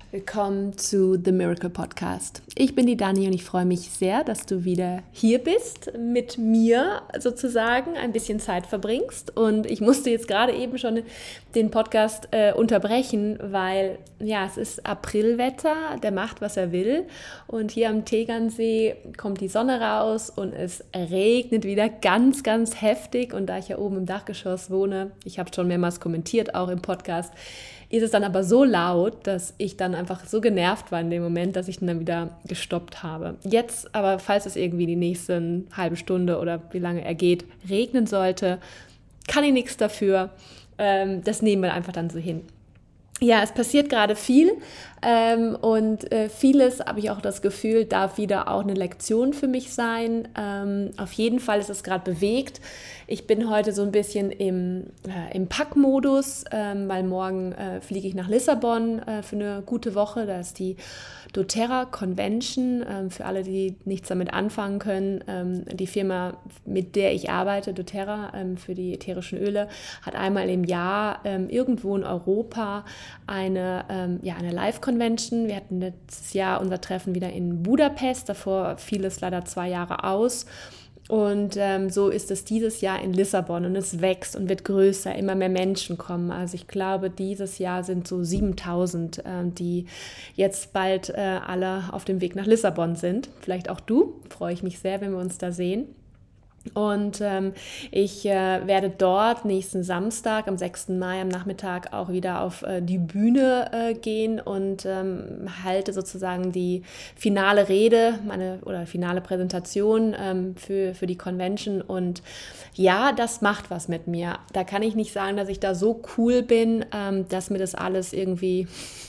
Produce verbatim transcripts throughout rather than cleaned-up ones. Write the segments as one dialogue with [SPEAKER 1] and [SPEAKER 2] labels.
[SPEAKER 1] Willkommen zu The Miracle Podcast. Ich bin die Dani und ich freue mich sehr, dass du wieder hier bist, mit mir sozusagen ein bisschen Zeit verbringst. Und ich musste jetzt gerade eben schon den Podcast äh, unterbrechen, weil ja, es ist Aprilwetter, der macht, was er will. Und hier am Tegernsee kommt die Sonne raus und es regnet wieder ganz, ganz heftig. Und da ich ja oben im Dachgeschoss wohne, ich habe schon mehrmals kommentiert, auch im Podcast, ist es dann aber so laut, dass ich dann einfach so genervt war in dem Moment, dass ich dann wieder gestoppt habe. Jetzt aber, falls es irgendwie die nächsten halbe Stunde oder wie lange er geht, regnen sollte, kann ich nichts dafür. Ähm, das nehmen wir einfach dann so hin. Ja, es passiert gerade viel ähm, und äh, vieles, habe ich auch das Gefühl, darf wieder auch eine Lektion für mich sein. Ähm, auf jeden Fall ist es gerade bewegt. Ich bin heute so ein bisschen im, äh, im Packmodus, ähm, weil morgen äh, fliege ich nach Lissabon äh, für eine gute Woche. Da ist die doTERRA Convention, ähm, für alle, die nichts damit anfangen können. Ähm, die Firma, mit der ich arbeite, doTERRA, ähm, für die ätherischen Öle, hat einmal im Jahr ähm, irgendwo in Europa eine, ähm, ja, eine Live-Convention. Wir hatten letztes Jahr unser Treffen wieder in Budapest, davor fiel es leider zwei Jahre aus. Und ähm, so ist es dieses Jahr in Lissabon und es wächst und wird größer, immer mehr Menschen kommen. Also ich glaube, dieses Jahr sind so siebentausend, äh, die jetzt bald äh, alle auf dem Weg nach Lissabon sind. Vielleicht auch du, freue ich mich sehr, wenn wir uns da sehen. Und ähm, ich äh, werde dort nächsten Samstag, am sechsten Mai am Nachmittag auch wieder auf äh, die Bühne äh, gehen und ähm, halte sozusagen die finale Rede, meine oder finale Präsentation ähm, für, für die Convention. Und ja, das macht was mit mir. Da kann ich nicht sagen, dass ich da so cool bin, ähm, dass mir das alles irgendwie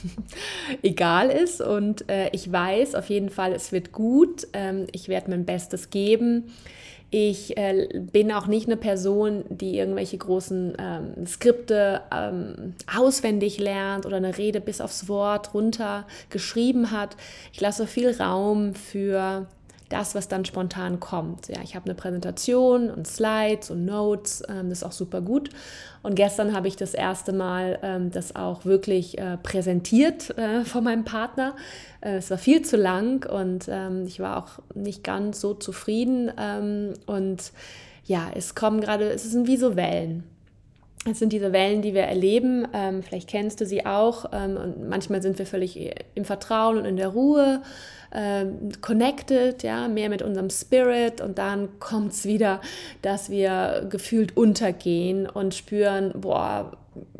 [SPEAKER 1] egal ist. Und äh, ich weiß auf jeden Fall, es wird gut. Ähm, ich werde mein Bestes geben. Ich äh, bin auch nicht eine Person, die irgendwelche großen ähm, Skripte ähm, auswendig lernt oder eine Rede bis aufs Wort runter geschrieben hat. Ich lasse viel Raum für das, was dann spontan kommt. Ja, ich habe eine Präsentation und Slides und Notes, ähm, das ist auch super gut. Und gestern habe ich das erste Mal ähm, das auch wirklich äh, präsentiert äh, von meinem Partner. Äh, es war viel zu lang und ähm, ich war auch nicht ganz so zufrieden. Ähm, und ja, es kommen gerade, es sind wie so Wellen. Es sind diese Wellen, die wir erleben. Ähm, vielleicht kennst du sie auch. Ähm, und manchmal sind wir völlig im Vertrauen und in der Ruhe, ähm, connected, ja, mehr mit unserem Spirit. Und dann kommt es wieder, dass wir gefühlt untergehen und spüren, boah,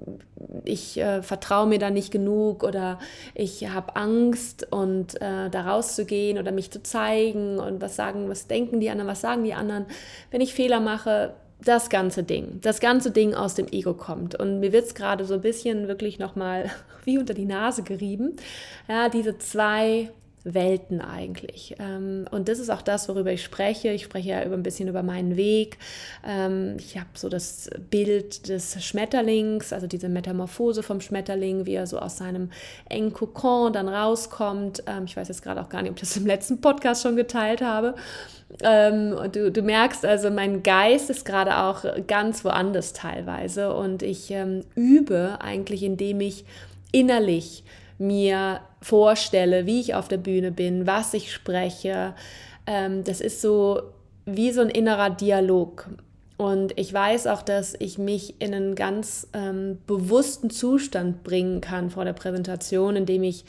[SPEAKER 1] ich äh, vertraue mir da nicht genug oder ich habe Angst und äh, da rauszugehen oder mich zu zeigen und was sagen, was denken die anderen, was sagen die anderen. Wenn ich Fehler mache, das ganze Ding, das ganze Ding aus dem Ego kommt. Und mir wird es gerade so ein bisschen wirklich nochmal wie unter die Nase gerieben. Ja, diese zwei Welten eigentlich. Und das ist auch das, worüber ich spreche. Ich spreche ja über ein bisschen über meinen Weg. Ich habe so das Bild des Schmetterlings, also diese Metamorphose vom Schmetterling, wie er so aus seinem engen Kokon dann rauskommt. Ich weiß jetzt gerade auch gar nicht, ob ich das im letzten Podcast schon geteilt habe. Ähm, du, du merkst also, mein Geist ist gerade auch ganz woanders teilweise und ich ähm, übe eigentlich, indem ich innerlich mir vorstelle, wie ich auf der Bühne bin, was ich spreche. Ähm, das ist so wie so ein innerer Dialog. Und ich weiß auch, dass ich mich in einen ganz ähm, bewussten Zustand bringen kann vor der Präsentation, indem ich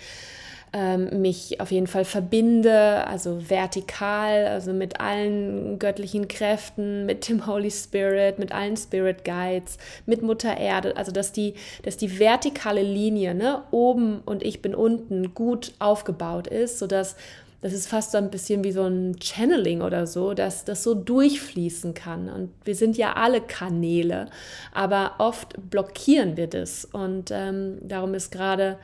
[SPEAKER 1] mich auf jeden Fall verbinde, also vertikal, also mit allen göttlichen Kräften, mit dem Holy Spirit, mit allen Spirit Guides, mit Mutter Erde, also dass die, dass die vertikale Linie, ne, oben und ich bin unten, gut aufgebaut ist, sodass das ist fast so ein bisschen wie so ein Channeling oder so, dass das so durchfließen kann. Und wir sind ja alle Kanäle, aber oft blockieren wir das. Und ähm, darum ist gerade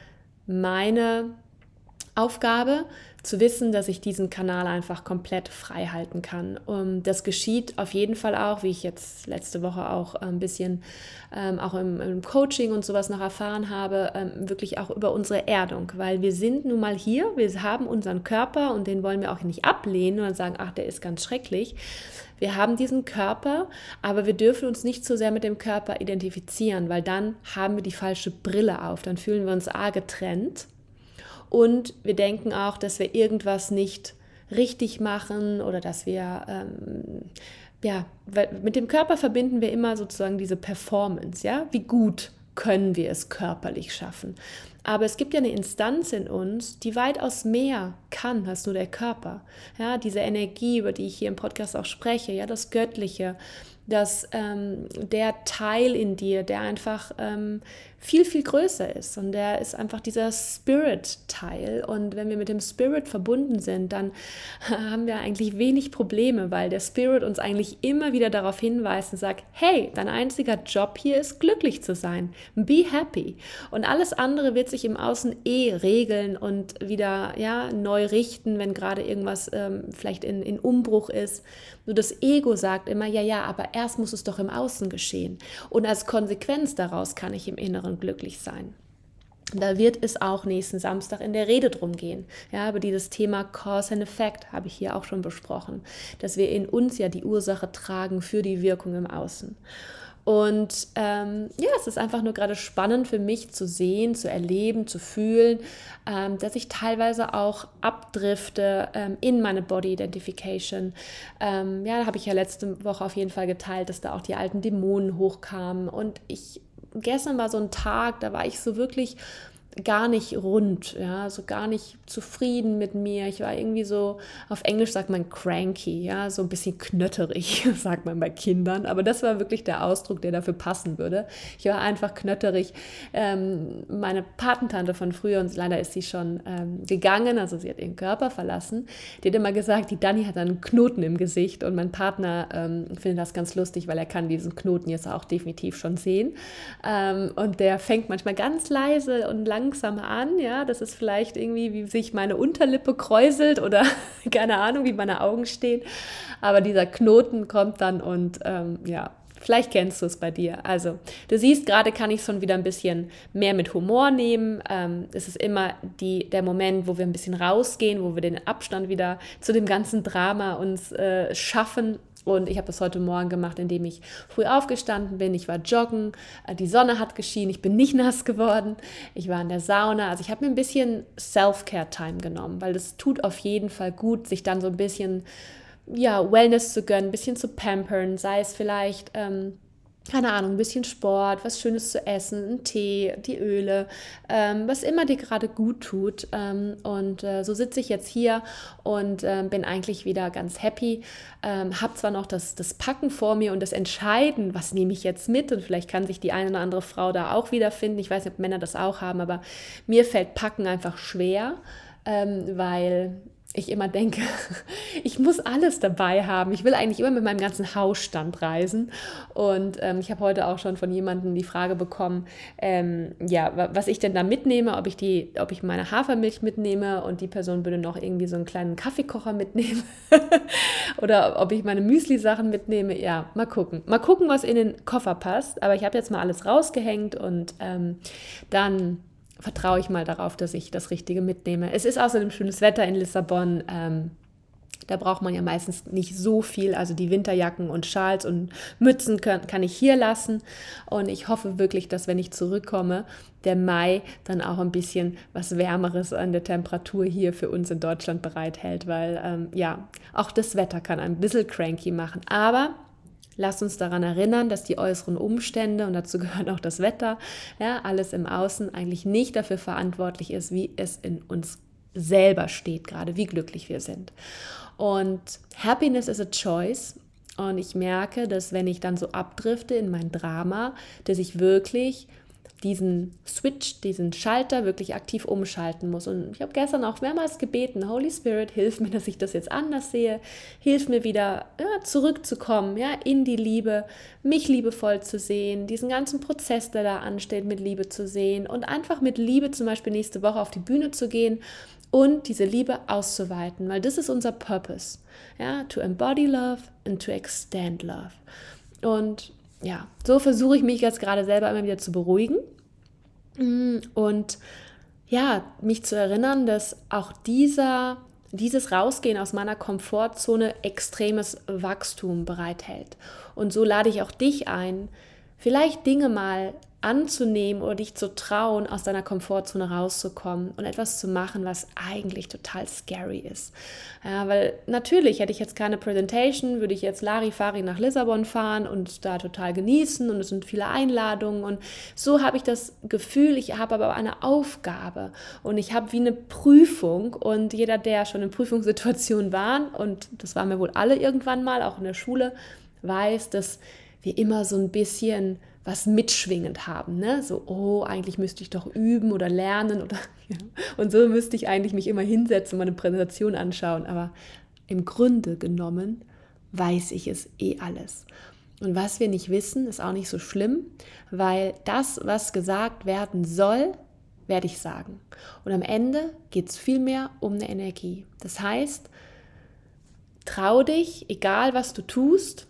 [SPEAKER 1] meine Aufgabe, zu wissen, dass ich diesen Kanal einfach komplett frei halten kann. Und das geschieht auf jeden Fall auch, wie ich jetzt letzte Woche auch ein bisschen ähm, auch im, im Coaching und sowas noch erfahren habe, ähm, wirklich auch über unsere Erdung, weil wir sind nun mal hier, wir haben unseren Körper und den wollen wir auch nicht ablehnen und sagen, ach, der ist ganz schrecklich. Wir haben diesen Körper, aber wir dürfen uns nicht so sehr mit dem Körper identifizieren, weil dann haben wir die falsche Brille auf, dann fühlen wir uns arg getrennt. Und wir denken auch, dass wir irgendwas nicht richtig machen oder dass wir, ähm, ja, weil mit dem Körper verbinden wir immer sozusagen diese Performance, ja, wie gut können wir es körperlich schaffen. Aber es gibt ja eine Instanz in uns, die weitaus mehr kann als nur der Körper. Ja, diese Energie, über die ich hier im Podcast auch spreche, ja, das Göttliche, dass ähm, der Teil in dir, der einfach ähm, viel, viel größer ist und der ist einfach dieser Spirit-Teil und wenn wir mit dem Spirit verbunden sind, dann haben wir eigentlich wenig Probleme, weil der Spirit uns eigentlich immer wieder darauf hinweist und sagt, hey, dein einziger Job hier ist, glücklich zu sein, be happy und alles andere wird sich im Außen eh regeln und wieder ja, neu richten, wenn gerade irgendwas ähm, vielleicht in, in Umbruch ist. Nur das Ego sagt immer, ja, ja, aber erst muss es doch im Außen geschehen. Und als Konsequenz daraus kann ich im Inneren glücklich sein. Da wird es auch nächsten Samstag in der Rede drum gehen. Ja, über dieses Thema Cause and Effect habe ich hier auch schon besprochen, dass wir in uns ja die Ursache tragen für die Wirkung im Außen. Und ähm, ja, es ist einfach nur gerade spannend für mich zu sehen, zu erleben, zu fühlen, ähm, dass ich teilweise auch abdrifte ähm, in meine Body Identification. Ähm, ja, da habe ich ja letzte Woche auf jeden Fall geteilt, dass da auch die alten Dämonen hochkamen. Und ich, gestern war so ein Tag, da war ich so wirklich gar nicht rund, ja, so gar nicht zufrieden mit mir. Ich war irgendwie so, auf Englisch sagt man cranky, ja, so ein bisschen knötterig, sagt man bei Kindern, aber das war wirklich der Ausdruck, der dafür passen würde. Ich war einfach knötterig. Ähm, meine Patentante von früher, und leider ist sie schon ähm, gegangen, also sie hat ihren Körper verlassen, die hat immer gesagt, die Dani hat einen Knoten im Gesicht und mein Partner ähm, findet das ganz lustig, weil er kann diesen Knoten jetzt auch definitiv schon sehen. Ähm, und der fängt manchmal ganz leise und langsam an, ja, das ist vielleicht irgendwie, wie sich meine Unterlippe kräuselt oder keine Ahnung, wie meine Augen stehen, aber dieser Knoten kommt dann und ähm, ja, vielleicht kennst du es bei dir. Also du siehst, gerade kann ich es schon wieder ein bisschen mehr mit Humor nehmen. Ähm, es ist immer die, der Moment, wo wir ein bisschen rausgehen, wo wir den Abstand wieder zu dem ganzen Drama uns äh, schaffen. Und ich habe das heute Morgen gemacht, indem ich früh aufgestanden bin. Ich war joggen, die Sonne hat geschienen, ich bin nicht nass geworden. Ich war in der Sauna. Also ich habe mir ein bisschen Self-Care-Time genommen, weil das tut auf jeden Fall gut, sich dann so ein bisschen ja, Wellness zu gönnen, ein bisschen zu pampern, sei es vielleicht, ähm, keine Ahnung, ein bisschen Sport, was Schönes zu essen, einen Tee, die Öle, ähm, was immer dir gerade gut tut. Ähm, und äh, so sitze ich jetzt hier und äh, bin eigentlich wieder ganz happy. Ähm, habe zwar noch das, das Packen vor mir und das Entscheiden, was nehme ich jetzt mit, und vielleicht kann sich die eine oder andere Frau da auch wiederfinden. Ich weiß nicht, ob Männer das auch haben, aber mir fällt Packen einfach schwer, ähm, weil ich immer denke, ich muss alles dabei haben. Ich will eigentlich immer mit meinem ganzen Hausstand reisen. Und ähm, ich habe heute auch schon von jemandem die Frage bekommen, ähm, ja, was ich denn da mitnehme, ob ich, die, ob ich meine Hafermilch mitnehme, und die Person würde noch irgendwie so einen kleinen Kaffeekocher mitnehmen oder ob ich meine Müsli-Sachen mitnehme. Ja, mal gucken. Mal gucken, was in den Koffer passt. Aber ich habe jetzt mal alles rausgehängt und ähm, dann vertraue ich mal darauf, dass ich das Richtige mitnehme. Es ist außerdem schönes Wetter in Lissabon. Ähm, da braucht man ja meistens nicht so viel. Also die Winterjacken und Schals und Mützen können, kann ich hier lassen. Und ich hoffe wirklich, dass, wenn ich zurückkomme, der Mai dann auch ein bisschen was Wärmeres an der Temperatur hier für uns in Deutschland bereithält. Weil ähm, ja, auch das Wetter kann ein bisschen cranky machen. Aber lasst uns daran erinnern, dass die äußeren Umstände, und dazu gehört auch das Wetter, ja, alles im Außen eigentlich nicht dafür verantwortlich ist, wie es in uns selber steht gerade, wie glücklich wir sind. Und Happiness is a choice. Und ich merke, dass, wenn ich dann so abdrifte in mein Drama, dass ich wirklich diesen Switch, diesen Schalter wirklich aktiv umschalten muss. Und ich habe gestern auch mehrmals gebeten, Holy Spirit, hilf mir, dass ich das jetzt anders sehe, hilf mir wieder ja, zurückzukommen, ja, in die Liebe, mich liebevoll zu sehen, diesen ganzen Prozess, der da ansteht, mit Liebe zu sehen und einfach mit Liebe zum Beispiel nächste Woche auf die Bühne zu gehen und diese Liebe auszuweiten, weil das ist unser Purpose, ja, to embody love and to extend love. Und ja, so versuche ich mich jetzt gerade selber immer wieder zu beruhigen und ja, mich zu erinnern, dass auch dieser, dieses Rausgehen aus meiner Komfortzone extremes Wachstum bereithält. Und so lade ich auch dich ein, vielleicht Dinge mal anzunehmen oder dich zu trauen, aus deiner Komfortzone rauszukommen und etwas zu machen, was eigentlich total scary ist. Ja, weil natürlich hätte ich jetzt keine Präsentation, würde ich jetzt Larifari nach Lissabon fahren und da total genießen und es sind viele Einladungen und so habe ich das Gefühl, ich habe aber eine Aufgabe und ich habe wie eine Prüfung und jeder, der schon in Prüfungssituationen war, und das waren wir wohl alle irgendwann mal, auch in der Schule, weiß, dass wir immer so ein bisschen was mitschwingend haben, ne? So, oh, eigentlich müsste ich doch üben oder lernen oder ja. Und so müsste ich eigentlich mich immer hinsetzen und meine Präsentation anschauen, aber im Grunde genommen weiß ich es eh alles. Und was wir nicht wissen, ist auch nicht so schlimm, weil das, was gesagt werden soll, werde ich sagen. Und am Ende geht es vielmehr um eine Energie. Das heißt, trau dich, egal was du tust,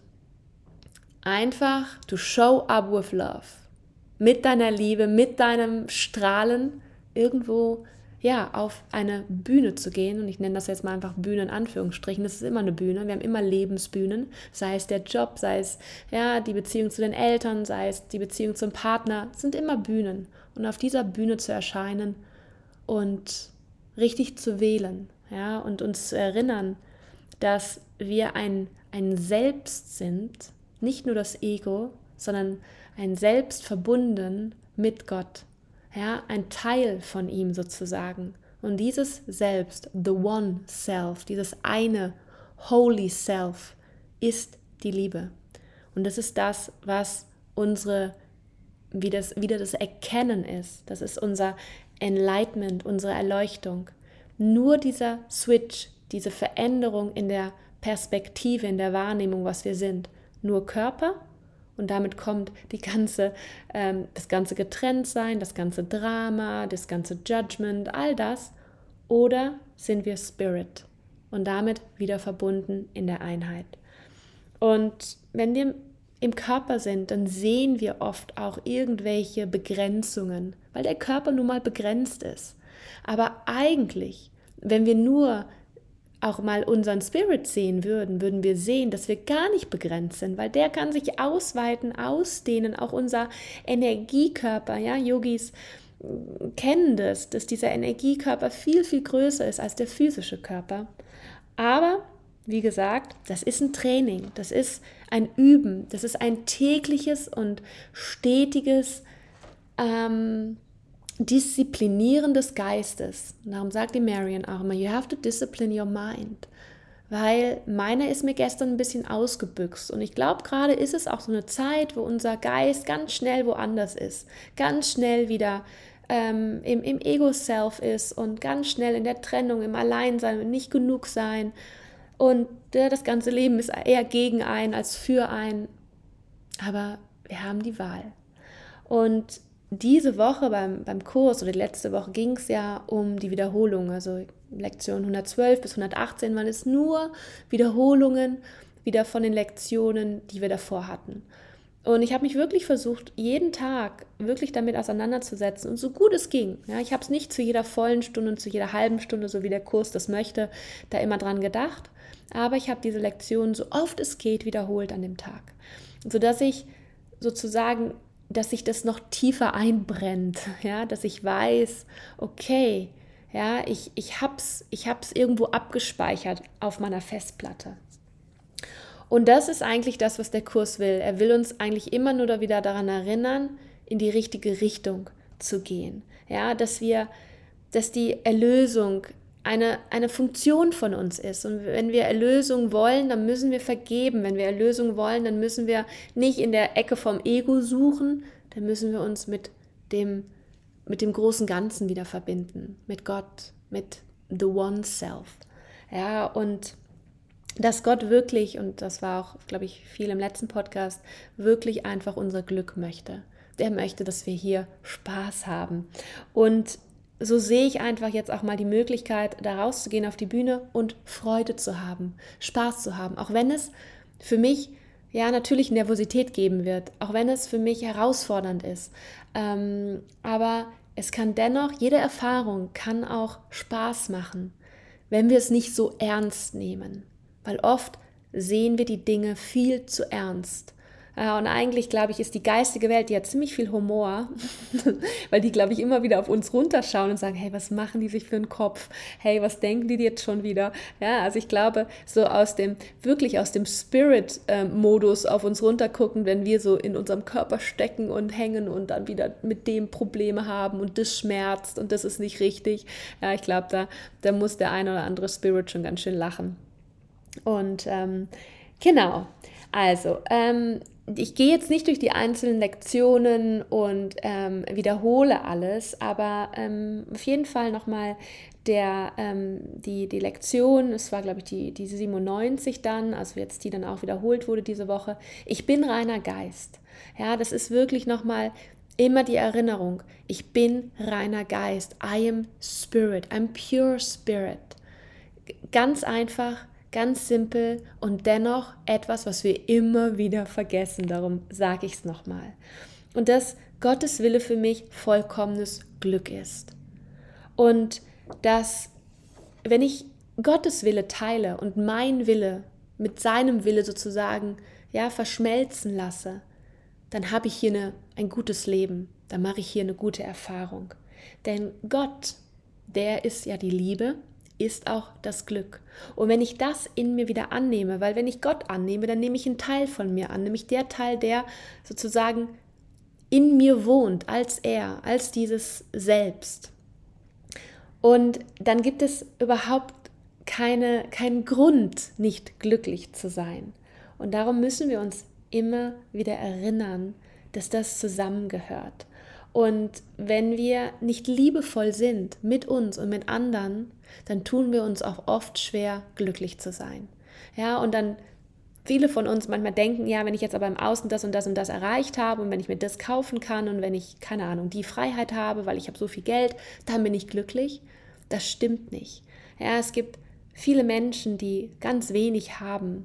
[SPEAKER 1] einfach to show up with love. Mit deiner Liebe, mit deinem Strahlen irgendwo ja, auf eine Bühne zu gehen. Und ich nenne das jetzt mal einfach Bühne in Anführungsstrichen. Das ist immer eine Bühne. Wir haben immer Lebensbühnen. Sei es der Job, sei es ja, die Beziehung zu den Eltern, sei es die Beziehung zum Partner. Es sind immer Bühnen. Und auf dieser Bühne zu erscheinen und richtig zu wählen. Ja, und uns zu erinnern, dass wir ein, ein Selbst sind, nicht nur das Ego, sondern ein Selbst verbunden mit Gott. Ja, ein Teil von ihm sozusagen. Und dieses Selbst, the one self, dieses eine holy self, ist die Liebe. Und das ist das, was unsere, wie das, wieder das Erkennen ist. Das ist unser Enlightenment, unsere Erleuchtung. Nur dieser Switch, diese Veränderung in der Perspektive, in der Wahrnehmung, was wir sind. Nur Körper und damit kommt die ganze, ähm, das ganze Getrenntsein, das ganze Drama, das ganze Judgment, all das. Oder sind wir Spirit und damit wieder verbunden in der Einheit. Und wenn wir im Körper sind, dann sehen wir oft auch irgendwelche Begrenzungen, weil der Körper nun mal begrenzt ist. Aber eigentlich, wenn wir nur auch mal unseren Spirit sehen würden, würden wir sehen, dass wir gar nicht begrenzt sind, weil der kann sich ausweiten, ausdehnen, auch unser Energiekörper, ja, Yogis kennen das, dass dieser Energiekörper viel, viel größer ist als der physische Körper. Aber, wie gesagt, das ist ein Training, das ist ein Üben, das ist ein tägliches und stetiges ähm, Disziplinieren des Geistes. Darum sagt die Marian auch immer, you have to discipline your mind. Weil meiner ist mir gestern ein bisschen ausgebüxt. Und ich glaube, gerade ist es auch so eine Zeit, wo unser Geist ganz schnell woanders ist. Ganz schnell wieder ähm, im, im Ego-Self ist und ganz schnell in der Trennung, im Alleinsein und nicht genug sein. Und äh, das ganze Leben ist eher gegen einen als für einen. Aber wir haben die Wahl. Und diese Woche beim, beim Kurs oder die letzte Woche ging es ja um die Wiederholung, also Lektion hundertzwölf bis hundertachtzehn waren es nur Wiederholungen wieder von den Lektionen, die wir davor hatten. Und ich habe mich wirklich versucht, jeden Tag wirklich damit auseinanderzusetzen und so gut es ging. Ja, ich habe es nicht zu jeder vollen Stunde und zu jeder halben Stunde, so wie der Kurs das möchte, da immer dran gedacht, aber ich habe diese Lektionen so oft es geht wiederholt an dem Tag, sodass ich sozusagen dass sich das noch tiefer einbrennt, ja, dass ich weiß, okay, ja, ich, ich hab's, ich hab's irgendwo abgespeichert auf meiner Festplatte. Und das ist eigentlich das, was der Kurs will. Er will uns eigentlich immer nur wieder daran erinnern, in die richtige Richtung zu gehen, ja, dass wir, dass die Erlösung eine, eine Funktion von uns ist. Und wenn wir Erlösung wollen, dann müssen wir vergeben. Wenn wir Erlösung wollen, dann müssen wir nicht in der Ecke vom Ego suchen, dann müssen wir uns mit dem, mit dem großen Ganzen wieder verbinden, mit Gott, mit the one self. Ja, und dass Gott wirklich, und das war auch, glaube ich, viel im letzten Podcast, wirklich einfach unser Glück möchte. Der möchte, dass wir hier Spaß haben. Und so sehe ich einfach jetzt auch mal die Möglichkeit, da rauszugehen auf die Bühne und Freude zu haben, Spaß zu haben, auch wenn es für mich ja natürlich Nervosität geben wird, auch wenn es für mich herausfordernd ist. Ähm, aber es kann dennoch, jede Erfahrung kann auch Spaß machen, wenn wir es nicht so ernst nehmen, weil oft sehen wir die Dinge viel zu ernst. Und eigentlich, glaube ich, ist die geistige Welt, die hat ziemlich viel Humor, weil die, glaube ich, immer wieder auf uns runterschauen und sagen, hey, was machen die sich für einen Kopf? Hey, was denken die jetzt schon wieder? Ja, also ich glaube, so aus dem, wirklich aus dem Spirit-Modus auf uns runtergucken, wenn wir so in unserem Körper stecken und hängen und dann wieder mit dem Probleme haben und das schmerzt und das ist nicht richtig. Ja, ich glaube, da, da muss der eine oder andere Spirit schon ganz schön lachen. Und ähm, genau, also ähm, ich gehe jetzt nicht durch die einzelnen Lektionen und ähm, wiederhole alles, aber ähm, auf jeden Fall nochmal der, ähm, die, die Lektion, es war glaube ich die, die siebenundneunzig dann, also jetzt die dann auch wiederholt wurde diese Woche, ich bin reiner Geist. Ja, das ist wirklich nochmal immer die Erinnerung, ich bin reiner Geist, I am Spirit, I'm pure Spirit. Ganz einfach, ganz simpel und dennoch etwas, was wir immer wieder vergessen. Darum sage ich es nochmal. Und dass Gottes Wille für mich vollkommenes Glück ist. Und dass, wenn ich Gottes Wille teile und mein Wille mit seinem Wille sozusagen ja, verschmelzen lasse, dann habe ich hier eine, ein gutes Leben. Dann mache ich hier eine gute Erfahrung. Denn Gott, der ist ja die Liebe, ist auch das Glück. Und wenn ich das in mir wieder annehme, weil wenn ich Gott annehme, dann nehme ich einen Teil von mir an, nämlich der Teil, der sozusagen in mir wohnt, als er, als dieses Selbst. Und dann gibt es überhaupt keine, keinen Grund, nicht glücklich zu sein. Und darum müssen wir uns immer wieder erinnern, dass das zusammengehört. Und wenn wir nicht liebevoll sind mit uns und mit anderen, dann tun wir uns auch oft schwer, glücklich zu sein. Ja, und dann viele von uns manchmal denken, ja, wenn ich jetzt aber im Außen das und das und das erreicht habe und wenn ich mir das kaufen kann und wenn ich, keine Ahnung, die Freiheit habe, weil ich habe so viel Geld, dann bin ich glücklich. Das stimmt nicht. Ja, es gibt viele Menschen, die ganz wenig haben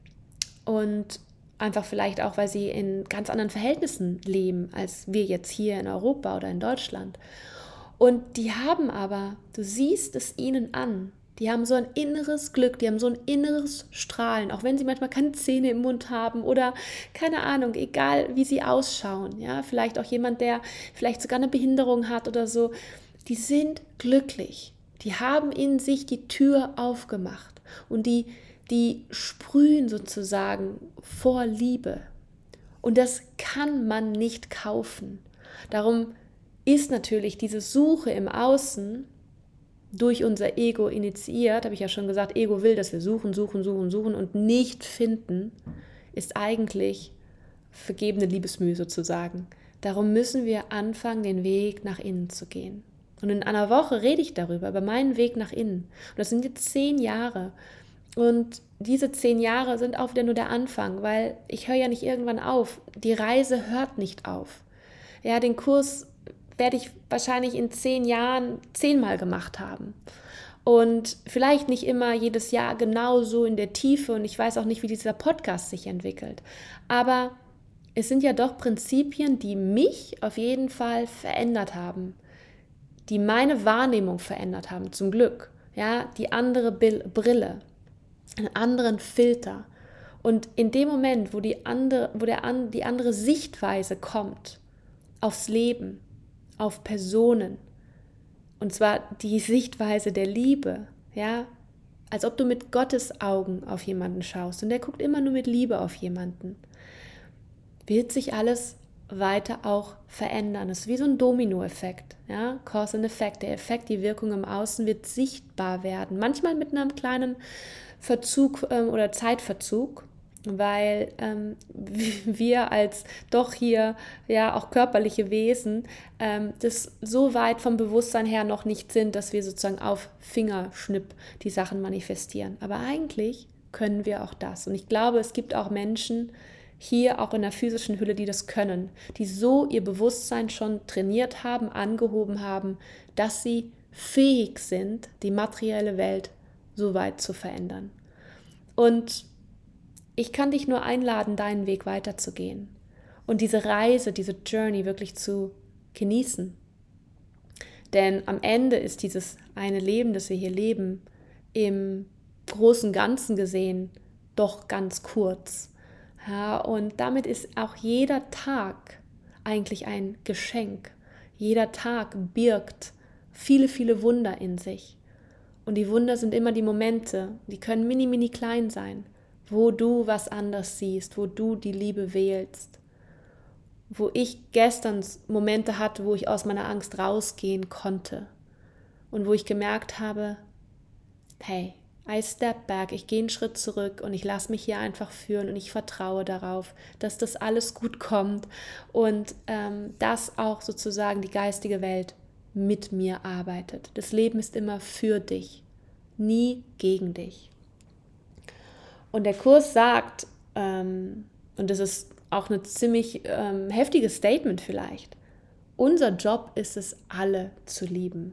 [SPEAKER 1] und einfach vielleicht auch, weil sie in ganz anderen Verhältnissen leben, als wir jetzt hier in Europa oder in Deutschland. Und die haben aber, du siehst es ihnen an, die haben so ein inneres Glück, die haben so ein inneres Strahlen, auch wenn sie manchmal keine Zähne im Mund haben oder keine Ahnung, egal wie sie ausschauen. Ja, vielleicht auch jemand, der vielleicht sogar eine Behinderung hat oder so, die sind glücklich. Die haben in sich die Tür aufgemacht und die die sprühen sozusagen vor Liebe. Und das kann man nicht kaufen. Darum ist natürlich diese Suche im Außen durch unser Ego initiiert, habe ich ja schon gesagt, Ego will, dass wir suchen, suchen, suchen, suchen und nicht finden, ist eigentlich vergebene Liebesmühe sozusagen. Darum müssen wir anfangen, den Weg nach innen zu gehen. Und in einer Woche rede ich darüber, über meinen Weg nach innen. Und das sind jetzt zehn Jahre. Und diese zehn Jahre sind auch wieder nur der Anfang, weil ich höre ja nicht irgendwann auf. Die Reise hört nicht auf. Ja, den Kurs werde ich wahrscheinlich in zehn Jahren zehnmal gemacht haben. Und vielleicht nicht immer jedes Jahr genauso in der Tiefe und ich weiß auch nicht, wie dieser Podcast sich entwickelt. Aber es sind ja doch Prinzipien, die mich auf jeden Fall verändert haben, die meine Wahrnehmung verändert haben, zum Glück. Ja, die andere Brille, einen anderen Filter. Und in dem Moment, wo die andere, wo der, die andere Sichtweise kommt aufs Leben, auf Personen, und zwar die Sichtweise der Liebe, ja, als ob du mit Gottes Augen auf jemanden schaust und der guckt immer nur mit Liebe auf jemanden, wird sich alles weiter auch verändern. Es ist wie so ein Dominoeffekt, ja, Cause and Effect. Der Effekt, die Wirkung im Außen wird sichtbar werden. Manchmal mit einem kleinen Verzug ähm, oder Zeitverzug, weil ähm, wir als doch hier ja auch körperliche Wesen ähm, das so weit vom Bewusstsein her noch nicht sind, dass wir sozusagen auf Fingerschnipp die Sachen manifestieren. Aber eigentlich können wir auch das. Und ich glaube, es gibt auch Menschen hier auch in der physischen Hülle, die das können, die so ihr Bewusstsein schon trainiert haben, angehoben haben, dass sie fähig sind, die materielle Welt so weit zu verändern. Und ich kann dich nur einladen, deinen Weg weiterzugehen und diese Reise, diese Journey wirklich zu genießen. Denn am Ende ist dieses eine Leben, das wir hier leben, im großen Ganzen gesehen doch ganz kurz. Ja, und damit ist auch jeder Tag eigentlich ein Geschenk. Jeder Tag birgt viele, viele Wunder in sich. Und die Wunder sind immer die Momente, die können mini, mini klein sein, wo du was anders siehst, wo du die Liebe wählst. Wo ich gestern Momente hatte, wo ich aus meiner Angst rausgehen konnte. Und wo ich gemerkt habe, hey, I step back, ich gehe einen Schritt zurück und ich lasse mich hier einfach führen und ich vertraue darauf, dass das alles gut kommt und ähm, dass auch sozusagen die geistige Welt mit mir arbeitet. Das Leben ist immer für dich, nie gegen dich. Und der Kurs sagt, ähm, und das ist auch ein ziemlich ähm, heftiges Statement vielleicht, unser Job ist es, alle zu lieben.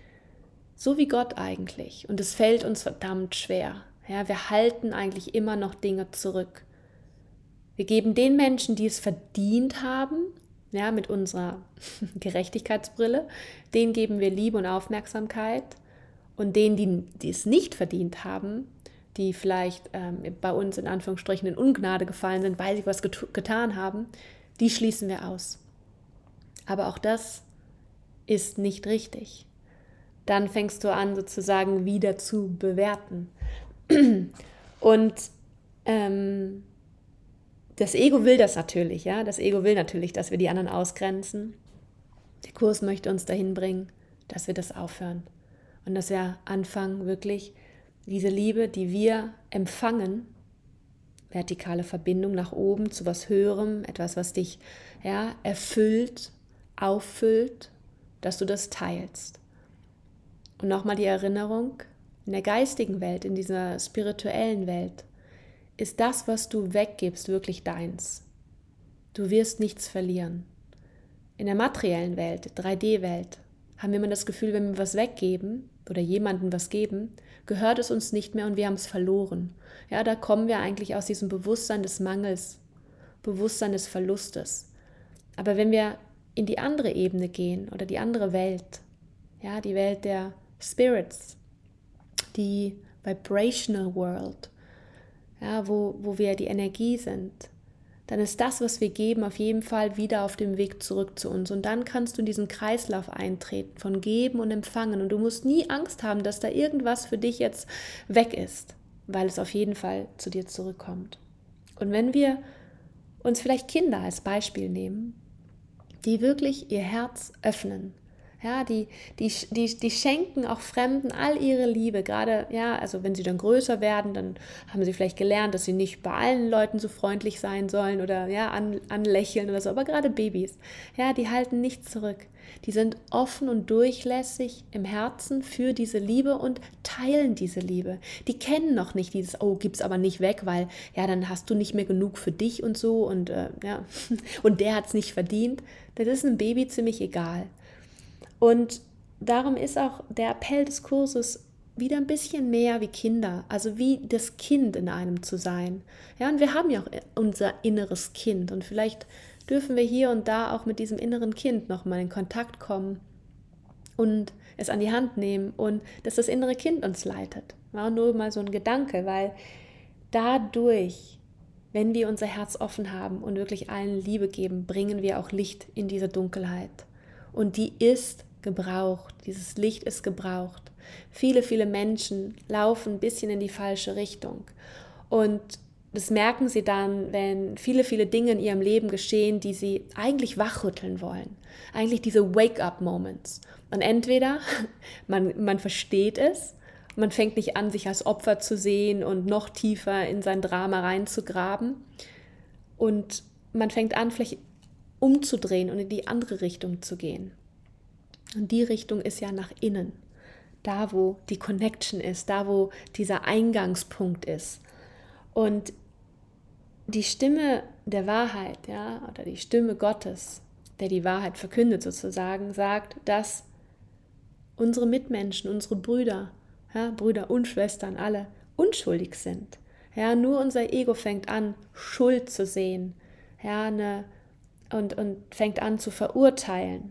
[SPEAKER 1] So wie Gott eigentlich. Und es fällt uns verdammt schwer. Ja, wir halten eigentlich immer noch Dinge zurück. Wir geben den Menschen, die es verdient haben, ja, mit unserer Gerechtigkeitsbrille, denen geben wir Liebe und Aufmerksamkeit. Und denen, die, die es nicht verdient haben, die vielleicht ähm, bei uns in Anführungsstrichen in Ungnade gefallen sind, weil sie was get- getan haben, die schließen wir aus. Aber auch das ist nicht richtig. Dann fängst du an, sozusagen wieder zu bewerten. Und ähm, das Ego will das natürlich, ja. Das Ego will natürlich, dass wir die anderen ausgrenzen. Der Kurs möchte uns dahin bringen, dass wir das aufhören. Und dass wir anfangen, wirklich diese Liebe, die wir empfangen, vertikale Verbindung nach oben zu was Höherem, etwas, was dich ja, erfüllt, auffüllt, dass du das teilst. Und nochmal die Erinnerung, in der geistigen Welt, in dieser spirituellen Welt, ist das, was du weggibst, wirklich deins. Du wirst nichts verlieren. In der materiellen Welt, drei D-Welt, haben wir immer das Gefühl, wenn wir was weggeben oder jemandem was geben, gehört es uns nicht mehr und wir haben es verloren. Ja, da kommen wir eigentlich aus diesem Bewusstsein des Mangels, Bewusstsein des Verlustes. Aber wenn wir in die andere Ebene gehen oder die andere Welt, ja, die Welt der Spirits, die Vibrational World, ja, wo, wo wir die Energie sind, dann ist das, was wir geben, auf jeden Fall wieder auf dem Weg zurück zu uns. Und dann kannst du in diesen Kreislauf eintreten von Geben und Empfangen. Und du musst nie Angst haben, dass da irgendwas für dich jetzt weg ist, weil es auf jeden Fall zu dir zurückkommt. Und wenn wir uns vielleicht Kinder als Beispiel nehmen, die wirklich ihr Herz öffnen, ja, die, die, die, die schenken auch Fremden all ihre Liebe, gerade, ja, also wenn sie dann größer werden, dann haben sie vielleicht gelernt, dass sie nicht bei allen Leuten so freundlich sein sollen oder ja, an, anlächeln oder so, aber gerade Babys, ja, die halten nichts zurück. Die sind offen und durchlässig im Herzen für diese Liebe und teilen diese Liebe. Die kennen noch nicht dieses, oh, gib's aber nicht weg, weil ja, dann hast du nicht mehr genug für dich und so und äh, ja, und der hat's nicht verdient. Das ist einem Baby ziemlich egal. Und darum ist auch der Appell des Kurses wieder ein bisschen mehr wie Kinder, also wie das Kind in einem zu sein. Ja, und wir haben ja auch unser inneres Kind und vielleicht dürfen wir hier und da auch mit diesem inneren Kind nochmal in Kontakt kommen und es an die Hand nehmen und dass das innere Kind uns leitet. Ja, nur mal so ein Gedanke, weil dadurch, wenn wir unser Herz offen haben und wirklich allen Liebe geben, bringen wir auch Licht in diese Dunkelheit. Und die ist gebraucht, dieses Licht ist gebraucht. Viele, viele Menschen laufen ein bisschen in die falsche Richtung. Und das merken sie dann, wenn viele, viele Dinge in ihrem Leben geschehen, die sie eigentlich wachrütteln wollen. Eigentlich diese Wake-up-Moments. Und entweder man, man versteht es, man fängt nicht an, sich als Opfer zu sehen und noch tiefer in sein Drama reinzugraben. Und man fängt an, vielleicht umzudrehen und in die andere Richtung zu gehen. Und die Richtung ist ja nach innen, da wo die Connection ist, da wo dieser Eingangspunkt ist. Und die Stimme der Wahrheit, ja, oder die Stimme Gottes, der die Wahrheit verkündet sozusagen, sagt, dass unsere Mitmenschen, unsere Brüder, ja, Brüder und Schwestern alle unschuldig sind. Ja, nur unser Ego fängt an, Schuld zu sehen, ja, ne, und, und fängt an zu verurteilen.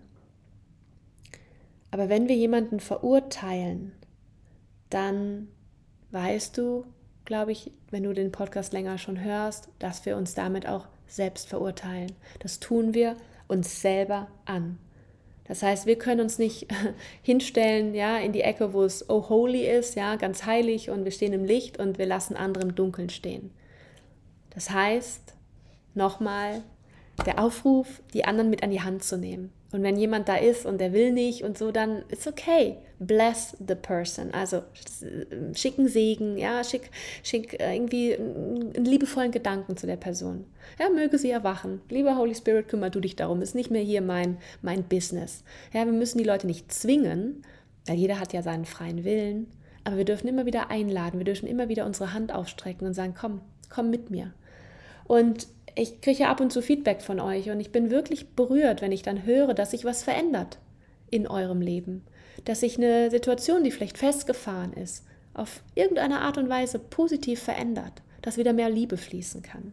[SPEAKER 1] Aber wenn wir jemanden verurteilen, dann weißt du, glaube ich, wenn du den Podcast länger schon hörst, dass wir uns damit auch selbst verurteilen. Das tun wir uns selber an. Das heißt, wir können uns nicht hinstellen, ja, in die Ecke, wo es oh holy ist, ja, ganz heilig und wir stehen im Licht und wir lassen andere im Dunkeln stehen. Das heißt, nochmal der Aufruf, die anderen mit an die Hand zu nehmen. Und wenn jemand da ist und der will nicht und so, dann ist okay. Bless the person. Also schicken Segen, ja, schick, schick irgendwie einen liebevollen Gedanken zu der Person. Ja, möge sie erwachen. Lieber Holy Spirit, kümmere du dich darum. Ist nicht mehr hier mein, mein Business. Ja, wir müssen die Leute nicht zwingen, weil jeder hat ja seinen freien Willen. Aber wir dürfen immer wieder einladen. Wir dürfen immer wieder unsere Hand aufstrecken und sagen, komm, komm mit mir. Und ich kriege ja ab und zu Feedback von euch und ich bin wirklich berührt, wenn ich dann höre, dass sich was verändert in eurem Leben. Dass sich eine Situation, die vielleicht festgefahren ist, auf irgendeine Art und Weise positiv verändert. Dass wieder mehr Liebe fließen kann.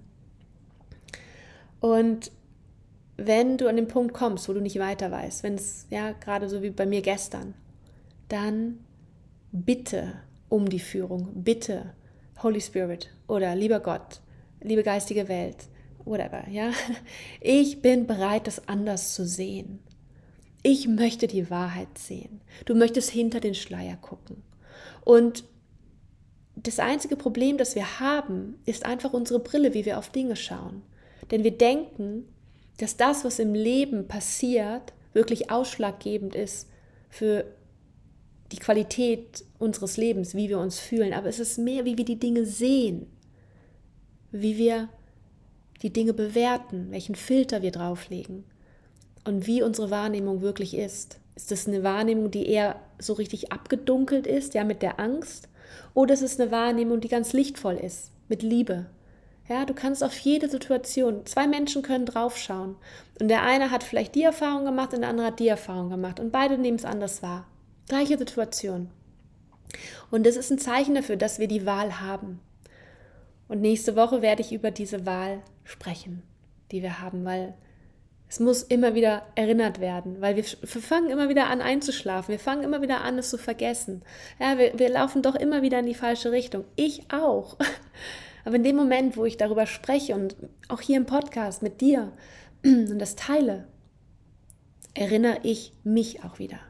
[SPEAKER 1] Und wenn du an den Punkt kommst, wo du nicht weiter weißt, wenn es, ja, gerade so wie bei mir gestern, dann bitte um die Führung, bitte Holy Spirit oder lieber Gott, liebe geistige Welt, whatever, ja. Ich bin bereit, das anders zu sehen. Ich möchte die Wahrheit sehen. Du möchtest hinter den Schleier gucken. Und das einzige Problem, das wir haben, ist einfach unsere Brille, wie wir auf Dinge schauen. Denn wir denken, dass das, was im Leben passiert, wirklich ausschlaggebend ist für die Qualität unseres Lebens, wie wir uns fühlen. Aber es ist mehr, wie wir die Dinge sehen, wie wir die Dinge bewerten, welchen Filter wir drauflegen und wie unsere Wahrnehmung wirklich ist. Ist das eine Wahrnehmung, die eher so richtig abgedunkelt ist, ja, mit der Angst? Oder ist es eine Wahrnehmung, die ganz lichtvoll ist, mit Liebe? Ja, du kannst auf jede Situation, zwei Menschen können draufschauen und der eine hat vielleicht die Erfahrung gemacht und der andere hat die Erfahrung gemacht und beide nehmen es anders wahr. Gleiche Situation. Und das ist ein Zeichen dafür, dass wir die Wahl haben. Und nächste Woche werde ich über diese Wahl sprechen, die wir haben, weil es muss immer wieder erinnert werden, weil wir, wir fangen immer wieder an einzuschlafen, wir fangen immer wieder an, es zu vergessen. Ja, wir, wir laufen doch immer wieder in die falsche Richtung. Ich auch. Aber in dem Moment, wo ich darüber spreche und auch hier im Podcast mit dir und das teile, erinnere ich mich auch wieder.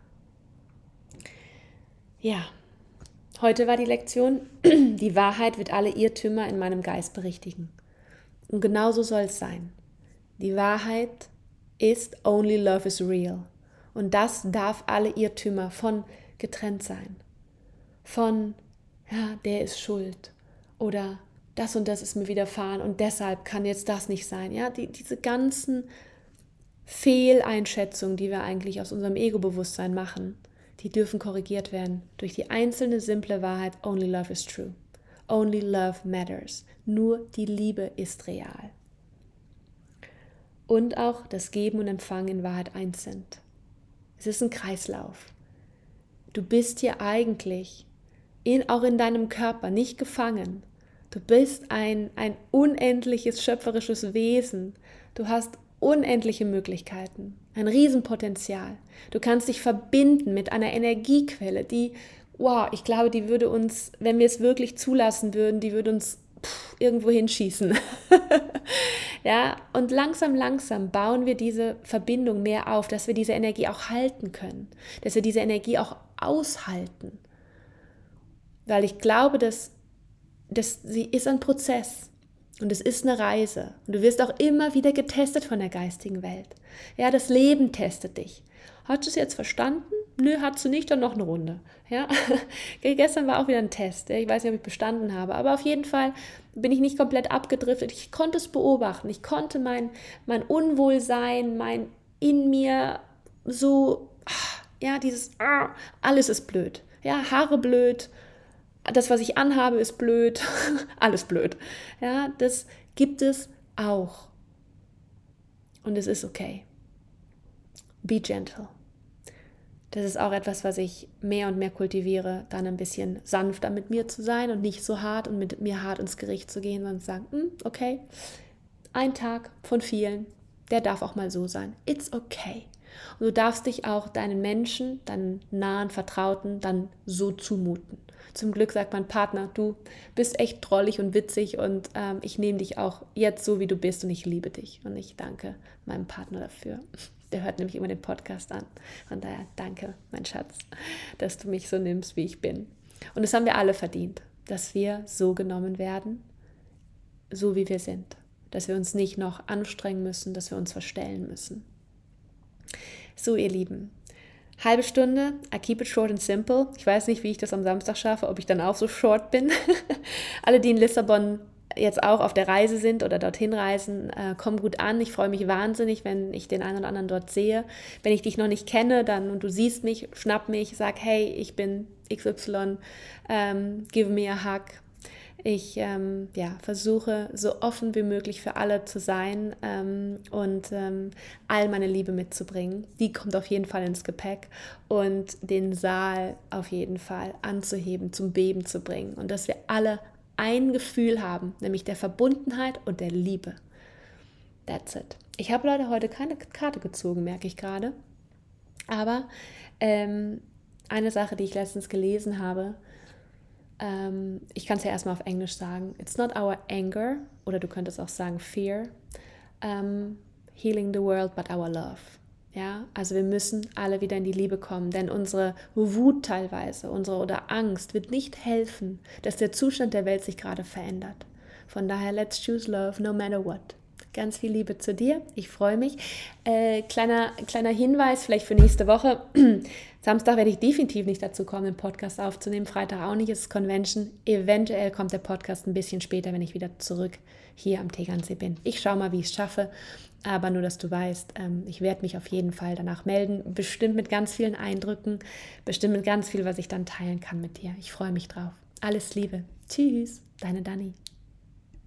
[SPEAKER 1] Ja. Heute war die Lektion, die Wahrheit wird alle Irrtümer in meinem Geist berichtigen. Und genauso soll es sein. Die Wahrheit ist only love is real. Und das darf alle Irrtümer von getrennt sein. Von, ja, der ist schuld. Oder das und das ist mir widerfahren und deshalb kann jetzt das nicht sein. Ja, die, diese ganzen Fehleinschätzungen, die wir eigentlich aus unserem Ego-Bewusstsein machen, die dürfen korrigiert werden durch die einzelne simple Wahrheit, only love is true. Only love matters. Nur die Liebe ist real. Und auch das Geben und Empfangen in Wahrheit eins sind. Es ist ein Kreislauf. Du bist hier eigentlich, in, auch in deinem Körper, nicht gefangen. Du bist ein, ein unendliches schöpferisches Wesen. Du hast unendliche Möglichkeiten, ein Riesenpotenzial. Du kannst dich verbinden mit einer Energiequelle, die, wow, ich glaube, die würde uns, wenn wir es wirklich zulassen würden, die würde uns pff, irgendwo hinschießen. Ja, und langsam, langsam bauen wir diese Verbindung mehr auf, dass wir diese Energie auch halten können, dass wir diese Energie auch aushalten. Weil ich glaube, dass, dass sie ist ein Prozess. Und es ist eine Reise. Und du wirst auch immer wieder getestet von der geistigen Welt. Ja, das Leben testet dich. Hast du es jetzt verstanden? Nö, hast du nicht, dann noch eine Runde. Ja? Gestern war auch wieder ein Test. Ich weiß nicht, ob ich bestanden habe. Aber auf jeden Fall bin ich nicht komplett abgedriftet. Ich konnte es beobachten. Ich konnte mein, mein Unwohlsein, mein in mir so, ja, dieses, alles ist blöd. Ja, Haare blöd. Das, was ich anhabe, ist blöd, alles blöd. Ja, das gibt es auch. Und es ist okay. Be gentle. Das ist auch etwas, was ich mehr und mehr kultiviere, dann ein bisschen sanfter mit mir zu sein und nicht so hart und mit mir hart ins Gericht zu gehen, sondern zu sagen, hm, okay, ein Tag von vielen, der darf auch mal so sein. It's okay. Und du darfst dich auch deinen Menschen, deinen nahen Vertrauten dann so zumuten. Zum Glück sagt mein Partner, du bist echt drollig und witzig und ähm, ich nehme dich auch jetzt so, wie du bist und ich liebe dich. Und ich danke meinem Partner dafür. Der hört nämlich immer den Podcast an. Von daher danke, mein Schatz, dass du mich so nimmst, wie ich bin. Und das haben wir alle verdient, dass wir so genommen werden, so wie wir sind. Dass wir uns nicht noch anstrengen müssen, dass wir uns verstellen müssen. So, ihr Lieben, halbe Stunde, I keep it short and simple. Ich weiß nicht, wie ich das am Samstag schaffe, ob ich dann auch so short bin. Alle, die in Lissabon jetzt auch auf der Reise sind oder dorthin reisen, äh, kommen gut an. Ich freue mich wahnsinnig, wenn ich den einen oder anderen dort sehe. Wenn ich dich noch nicht kenne, dann und du siehst mich, schnapp mich, sag, hey, ich bin X Y, ähm, give me a hug. Ich ähm, ja, versuche, so offen wie möglich für alle zu sein ähm, und ähm, all meine Liebe mitzubringen. Die kommt auf jeden Fall ins Gepäck und den Saal auf jeden Fall anzuheben, zum Beben zu bringen. Und dass wir alle ein Gefühl haben, nämlich der Verbundenheit und der Liebe. That's it. Ich habe leider heute keine Karte gezogen, merke ich gerade. Aber ähm, eine Sache, die ich letztens gelesen habe, ähm, ich kann es ja erstmal auf Englisch sagen, it's not our anger, oder du könntest auch sagen fear, um, healing the world, but our love. Ja, also wir müssen alle wieder in die Liebe kommen, denn unsere Wut teilweise, unsere oder Angst wird nicht helfen, dass der Zustand der Welt sich gerade verändert. Von daher, let's choose love no matter what. Ganz viel Liebe zu dir, ich freue mich. Äh, kleiner, kleiner Hinweis vielleicht für nächste Woche. Samstag werde ich definitiv nicht dazu kommen, den Podcast aufzunehmen, Freitag auch nicht, es ist Convention. Eventuell kommt der Podcast ein bisschen später, wenn ich wieder zurück hier am Tegernsee bin. Ich schaue mal, wie ich es schaffe, aber nur, dass du weißt, ähm, ich werde mich auf jeden Fall danach melden, bestimmt mit ganz vielen Eindrücken, bestimmt mit ganz viel, was ich dann teilen kann mit dir. Ich freue mich drauf. Alles Liebe. Tschüss, deine Dani.